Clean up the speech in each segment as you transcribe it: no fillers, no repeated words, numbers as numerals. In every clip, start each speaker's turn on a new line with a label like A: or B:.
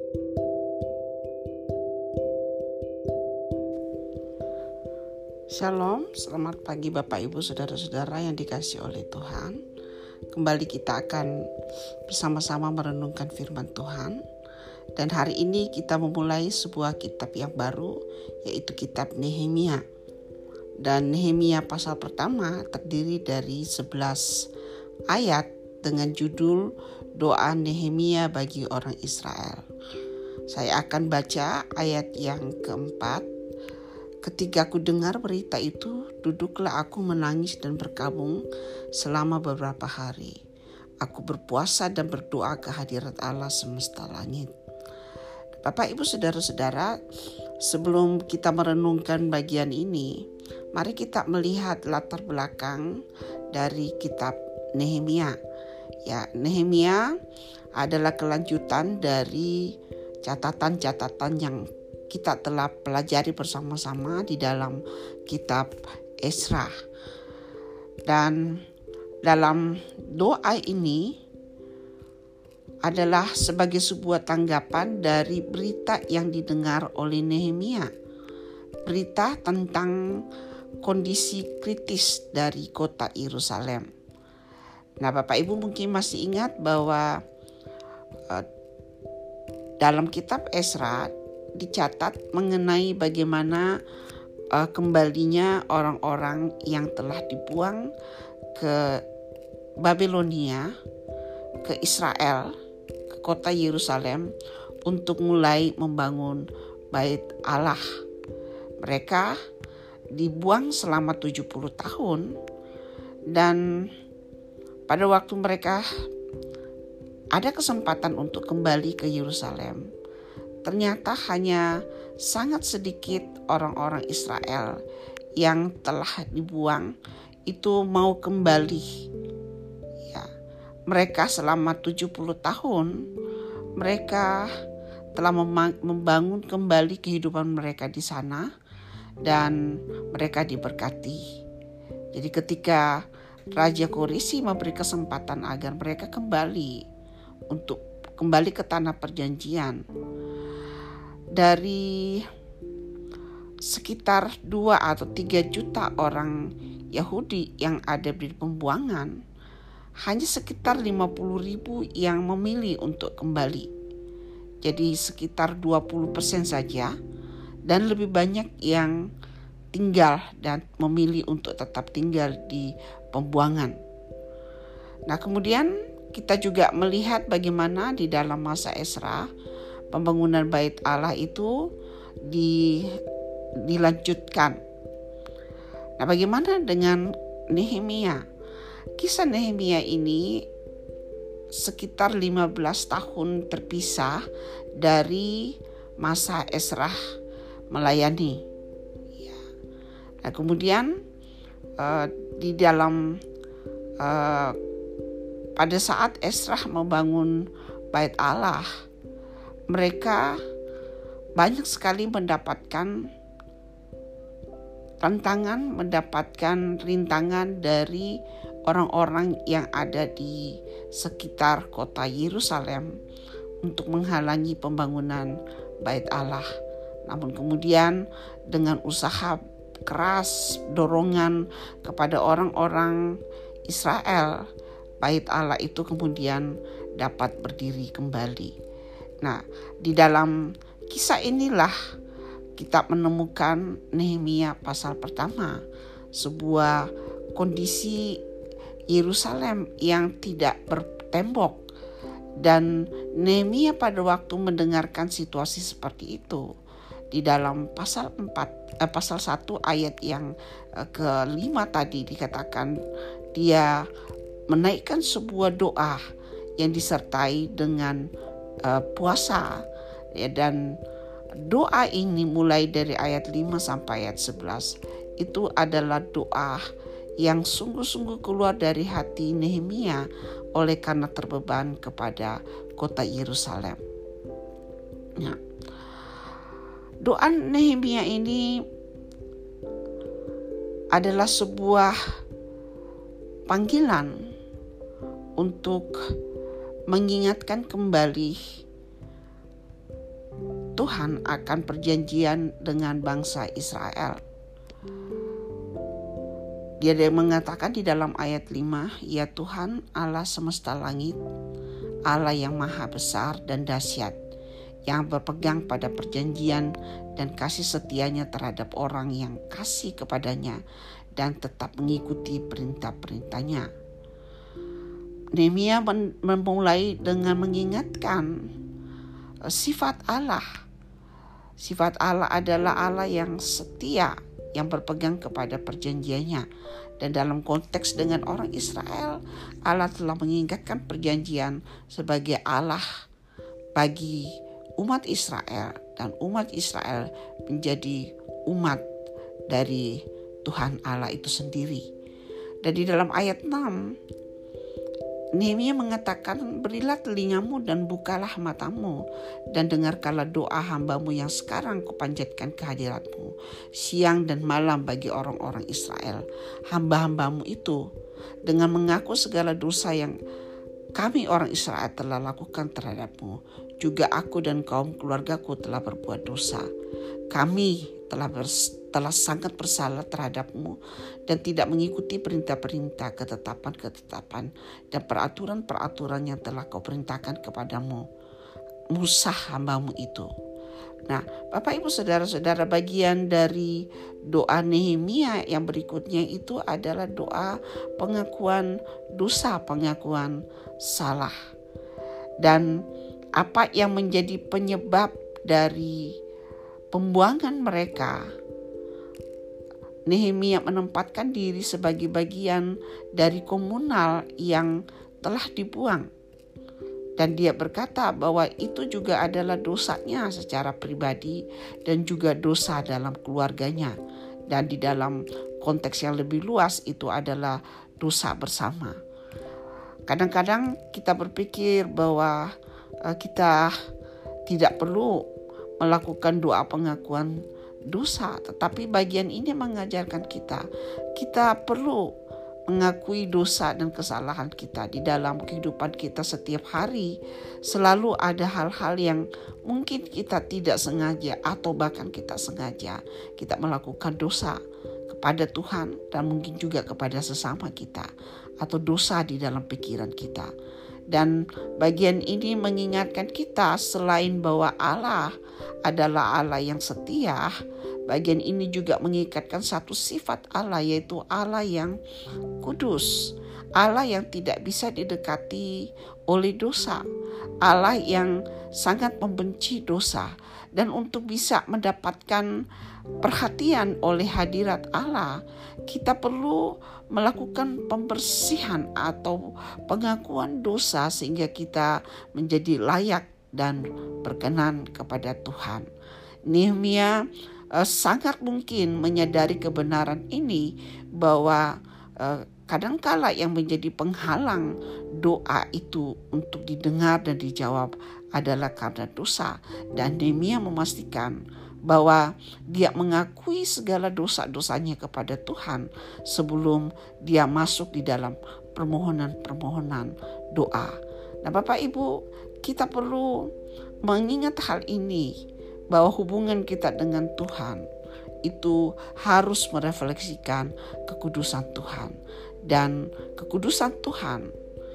A: Shalom, selamat pagi Bapak Ibu Saudara-saudara yang dikasihi oleh Tuhan. Kembali kita akan bersama-sama merenungkan firman Tuhan. Dan hari ini kita memulai sebuah kitab yang baru, yaitu kitab Nehemia. Dan Nehemia pasal pertama terdiri dari 11 ayat dengan judul Doa Nehemia bagi orang Israel. Saya akan baca ayat yang keempat. Ketika aku dengar berita itu, duduklah aku menangis dan berkabung selama beberapa hari. Aku berpuasa dan berdoa ke hadirat Allah semesta langit. Bapak, Ibu, Saudara-saudara, sebelum kita merenungkan bagian ini, mari kita melihat latar belakang dari kitab Nehemia. Ya, Nehemia adalah kelanjutan dari catatan-catatan yang kita telah pelajari bersama-sama di dalam kitab Ezra. Dan dalam doa ini adalah sebagai sebuah tanggapan dari berita yang didengar oleh Nehemia. Berita tentang kondisi kritis dari kota Yerusalem. Nah, Bapak Ibu mungkin masih ingat bahwa dalam kitab Ezra dicatat mengenai bagaimana kembalinya orang-orang yang telah dibuang ke Babilonia, ke Israel, ke kota Yerusalem untuk mulai membangun bait Allah. Mereka dibuang selama 70 tahun dan pada waktu mereka ada kesempatan untuk kembali ke Yerusalem, ternyata hanya sangat sedikit orang-orang Israel yang telah dibuang itu mau kembali. Ya, mereka selama 70 tahun mereka telah membangun kembali kehidupan mereka di sana dan mereka diberkati. Jadi ketika Raja Korisi memberi kesempatan agar mereka kembali ke tanah perjanjian, dari sekitar 2 atau 3 juta orang Yahudi yang ada di pembuangan, hanya sekitar 50.000 yang memilih untuk kembali. Jadi sekitar 20% saja, dan lebih banyak yang tinggal dan memilih untuk tetap tinggal di pembuangan. Nah, kemudian kita juga melihat bagaimana di dalam masa Ezra pembangunan bait Allah itu dilanjutkan. Nah, bagaimana dengan Nehemia? Kisah Nehemia ini sekitar 15 tahun terpisah dari masa Ezra melayani. Ya. Nah, kemudian di dalam pada saat Ezra membangun bait Allah, mereka banyak sekali mendapatkan tantangan, mendapatkan rintangan dari orang-orang yang ada di sekitar kota Yerusalem untuk menghalangi pembangunan bait Allah. Namun kemudian dengan usaha keras, dorongan kepada orang-orang Israel, bait Allah itu kemudian dapat berdiri kembali. Nah, di dalam kisah inilah kita menemukan Nehemia pasal pertama, sebuah kondisi Yerusalem yang tidak bertembok. Dan Nehemia pada waktu mendengarkan situasi seperti itu, di dalam pasal 1 ayat yang ke-5 tadi dikatakan dia menaikkan sebuah doa yang disertai dengan puasa, ya, dan doa ini mulai dari ayat 5 sampai ayat 11 itu adalah doa yang sungguh-sungguh keluar dari hati Nehemia oleh karena terbeban kepada kota Yerusalem. Nah, doa Nehemia ini adalah sebuah panggilan untuk mengingatkan kembali Tuhan akan perjanjian dengan bangsa Israel. Dia mengatakan di dalam ayat 5, "Ya Tuhan Allah semesta langit, Allah yang maha besar dan dahsyat, yang berpegang pada perjanjian dan kasih setianya terhadap orang yang kasih kepadanya dan tetap mengikuti perintah-perintahnya." Nehemia memulai dengan mengingatkan sifat Allah. Sifat Allah adalah Allah yang setia, yang berpegang kepada perjanjiannya. Dan dalam konteks dengan orang Israel, Allah telah mengingatkan perjanjian sebagai Allah bagi umat Israel, dan umat Israel menjadi umat dari Tuhan Allah itu sendiri. Dan di dalam ayat 6, Nehemia mengatakan, "Berilah telingamu dan bukalah matamu dan dengarkanlah doa hambamu yang sekarang kupanjatkan kehadiratmu siang dan malam bagi orang-orang Israel, hamba-hambamu itu, dengan mengaku segala dosa yang kami orang Israel telah lakukan terhadapmu. Juga aku dan kaum keluargaku telah berbuat dosa. Kami telah sangat bersalah terhadapmu dan tidak mengikuti perintah-perintah, ketetapan-ketetapan dan peraturan-peraturan yang telah kau perintahkan kepadamu, Musa hambamu itu." Nah, Bapak Ibu Saudara-saudara, bagian dari doa Nehemia yang berikutnya itu adalah doa pengakuan dosa, pengakuan salah. Dan apa yang menjadi penyebab dari pembuangan mereka, Nehemia menempatkan diri sebagai bagian dari komunal yang telah dibuang. Dan dia berkata bahwa itu juga adalah dosanya secara pribadi dan juga dosa dalam keluarganya. Dan di dalam konteks yang lebih luas itu adalah dosa bersama. Kadang-kadang kita berpikir bahwa kita tidak perlu melakukan doa pengakuan dosa, tetapi bagian ini mengajarkan kita perlu mengakui dosa dan kesalahan kita di dalam kehidupan kita setiap hari. Selalu ada hal-hal yang mungkin kita tidak sengaja atau bahkan kita sengaja kita melakukan dosa kepada Tuhan dan mungkin juga kepada sesama kita, atau dosa di dalam pikiran kita. Dan bagian ini mengingatkan kita, selain bahwa Allah adalah Allah yang setia, bagian ini juga mengikatkan satu sifat Allah, yaitu Allah yang kudus, Allah yang tidak bisa didekati oleh dosa, Allah yang sangat membenci dosa. Dan untuk bisa mendapatkan perhatian oleh hadirat Allah, kita perlu melakukan pembersihan atau pengakuan dosa sehingga kita menjadi layak dan berkenan kepada Tuhan. Nehemia sangat mungkin menyadari kebenaran ini, bahwa kadangkala yang menjadi penghalang doa itu untuk didengar dan dijawab adalah karena dosa. Dan Nehemia memastikan bahwa dia mengakui segala dosa-dosanya kepada Tuhan sebelum dia masuk di dalam permohonan-permohonan doa. Nah, Bapak Ibu, kita perlu mengingat hal ini, bahwa hubungan kita dengan Tuhan itu harus merefleksikan kekudusan Tuhan. Dan kekudusan Tuhan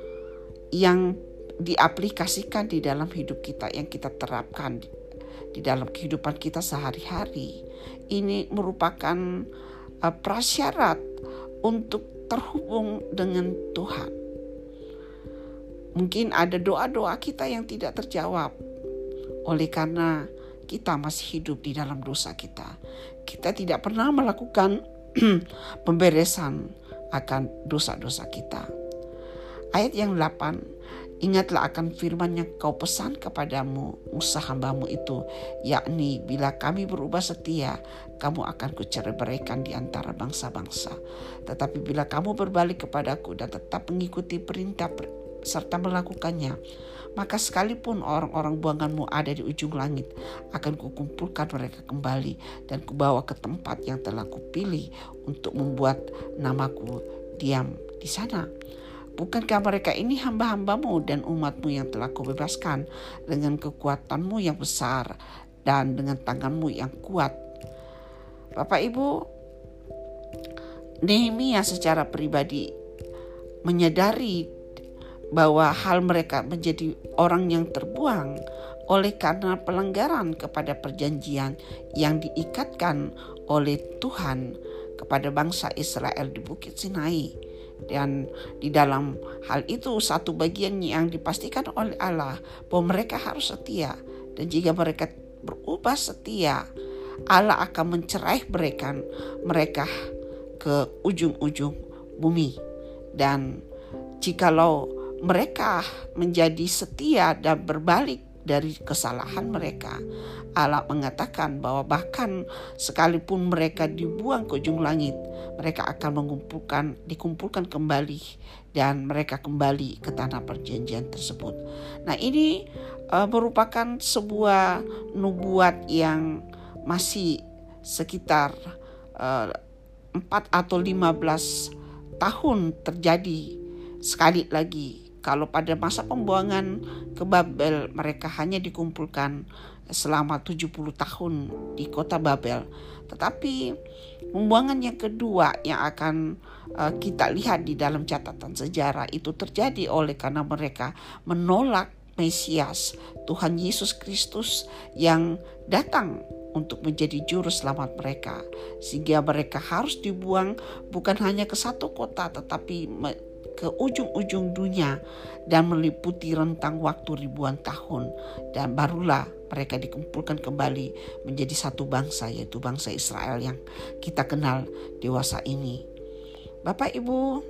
A: yang diaplikasikan di dalam hidup kita, yang kita terapkan di dalam kehidupan kita sehari-hari, ini merupakan prasyarat untuk terhubung dengan Tuhan. Mungkin ada doa-doa kita yang tidak terjawab oleh karena kita masih hidup di dalam dosa kita. Kita tidak pernah melakukan pemberesan akan dosa-dosa kita. Ayat yang 8, "Ingatlah akan firman yang kau pesan kepadamu, Musa hambamu itu, yakni bila kami berubah setia, kamu akan kuceraikan di antara bangsa-bangsa. Tetapi bila kamu berbalik kepadaku dan tetap mengikuti perintah serta melakukannya, maka sekalipun orang-orang buanganmu ada di ujung langit, akan kukumpulkan mereka kembali dan kubawa ke tempat yang telah kupilih untuk membuat namaku diam di sana. Bukankah mereka ini hamba-hambamu dan umatmu yang telah kubebaskan dengan kekuatanmu yang besar dan dengan tangan-Mu yang kuat. Bapak Ibu, Nehemia secara pribadi menyadari bahwa hal mereka menjadi orang yang terbuang oleh karena pelanggaran kepada perjanjian yang diikatkan oleh Tuhan kepada bangsa Israel di Bukit Sinai. Dan di dalam hal itu satu bagian yang dipastikan oleh Allah bahwa mereka harus setia, dan jika mereka berubah setia, Allah akan mencerai mereka ke ujung-ujung bumi. Dan jikalau mereka menjadi setia dan berbalik dari kesalahan mereka, Allah mengatakan bahwa bahkan sekalipun mereka dibuang ke ujung langit, mereka akan dikumpulkan kembali dan mereka kembali ke tanah perjanjian tersebut. Nah, ini merupakan sebuah nubuat yang masih sekitar 4 atau 15 tahun terjadi sekali lagi. Kalau pada masa pembuangan ke Babel mereka hanya dikumpulkan selama 70 tahun di kota Babel. Tetapi pembuangan yang kedua yang akan kita lihat di dalam catatan sejarah itu terjadi oleh karena mereka menolak Mesias, Tuhan Yesus Kristus yang datang untuk menjadi juru selamat mereka. Sehingga mereka harus dibuang bukan hanya ke satu kota tetapi ke ujung-ujung dunia dan meliputi rentang waktu ribuan tahun, dan barulah mereka dikumpulkan kembali menjadi satu bangsa, yaitu bangsa Israel yang kita kenal dewasa ini. Bapak Ibu,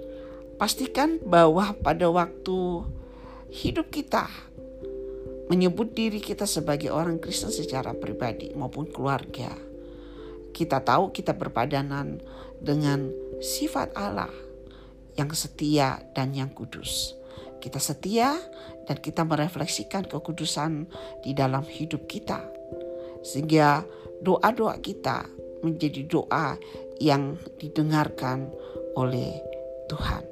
A: pastikan bahwa pada waktu hidup kita menyebut diri kita sebagai orang Kristen secara pribadi maupun keluarga, kita tahu kita berpadanan dengan sifat Allah yang setia dan yang kudus. Kita setia dan kita merefleksikan kekudusan di dalam hidup kita, sehingga doa-doa kita menjadi doa yang didengarkan oleh Tuhan.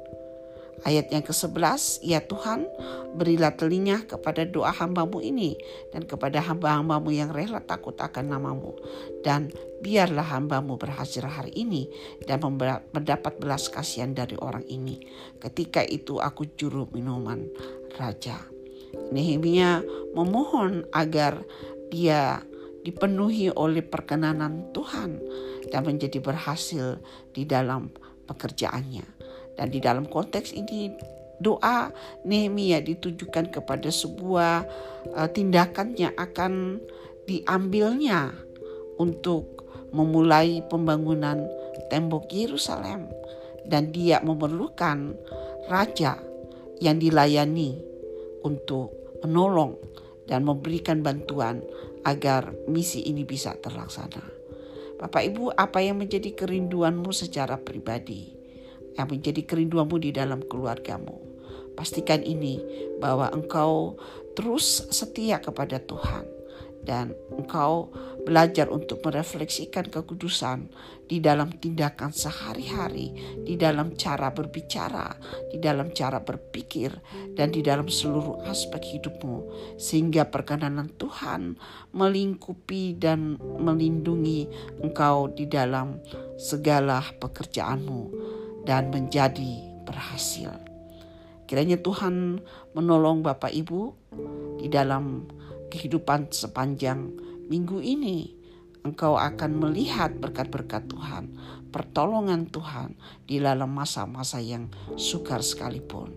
A: Ayat yang ke-11, ya Tuhan, berilah telinga kepada doa hamba-Mu ini dan kepada hamba-hamba-Mu yang rela takut akan nama-Mu. Dan biarlah hamba-Mu berhasil hari ini dan mendapat belas kasihan dari orang ini. Ketika itu aku juru minuman raja. Nehemia memohon agar dia dipenuhi oleh perkenanan Tuhan dan menjadi berhasil di dalam pekerjaannya. Dan di dalam konteks ini doa Nehemia ditujukan kepada sebuah tindakan yang akan diambilnya untuk memulai pembangunan tembok Yerusalem, dan dia memerlukan raja yang dilayani untuk menolong dan memberikan bantuan agar misi ini bisa terlaksana. Bapak Ibu, apa yang menjadi kerinduanmu secara pribadi? Yang menjadi kerinduanmu di dalam keluargamu? Pastikan ini bahwa engkau terus setia kepada Tuhan dan engkau belajar untuk merefleksikan kekudusan di dalam tindakan sehari-hari, di dalam cara berbicara, di dalam cara berpikir, dan di dalam seluruh aspek hidupmu, sehingga perkenanan Tuhan melingkupi dan melindungi engkau di dalam segala pekerjaanmu dan menjadi berhasil. Kiranya Tuhan menolong Bapak Ibu di dalam kehidupan sepanjang minggu ini. Engkau akan melihat berkat-berkat Tuhan, pertolongan Tuhan di dalam masa-masa yang sukar sekalipun.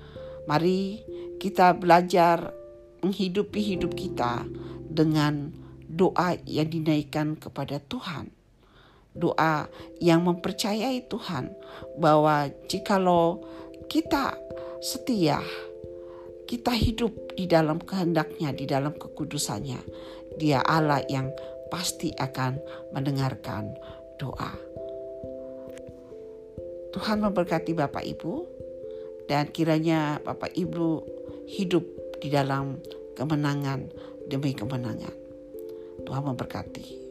A: Mari kita belajar menghidupi hidup kita dengan doa yang dinaikkan kepada Tuhan. Doa yang mempercayai Tuhan bahwa jikalau kita setia, kita hidup di dalam kehendak-Nya, di dalam kekudusannya, Dia Allah yang pasti akan mendengarkan doa. Tuhan memberkati Bapak Ibu, dan kiranya Bapak Ibu hidup di dalam kemenangan demi kemenangan. Tuhan memberkati.